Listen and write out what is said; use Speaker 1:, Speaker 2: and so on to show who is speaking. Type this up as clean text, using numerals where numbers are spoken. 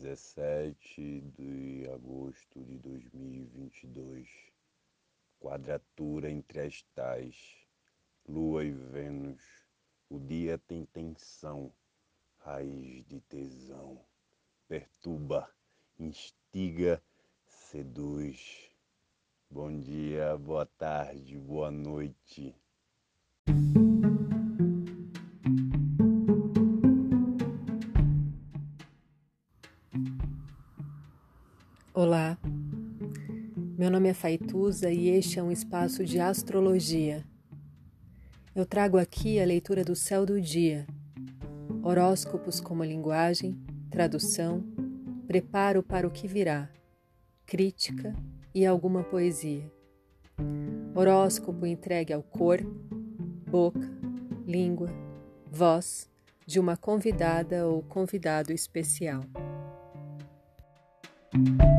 Speaker 1: 17 de agosto de 2022. Quadratura entre as tais, Lua e Vênus. O dia tem tensão, raiz de tesão. Perturba, instiga, seduz. Bom dia, boa tarde, boa noite.
Speaker 2: Olá, meu nome é Faituza e este é um espaço de astrologia. Eu trago aqui a leitura do céu do dia, horóscopos como linguagem, tradução, preparo para o que virá, crítica e alguma poesia. Horóscopo entregue ao corpo, boca, língua, voz de uma convidada ou convidado especial.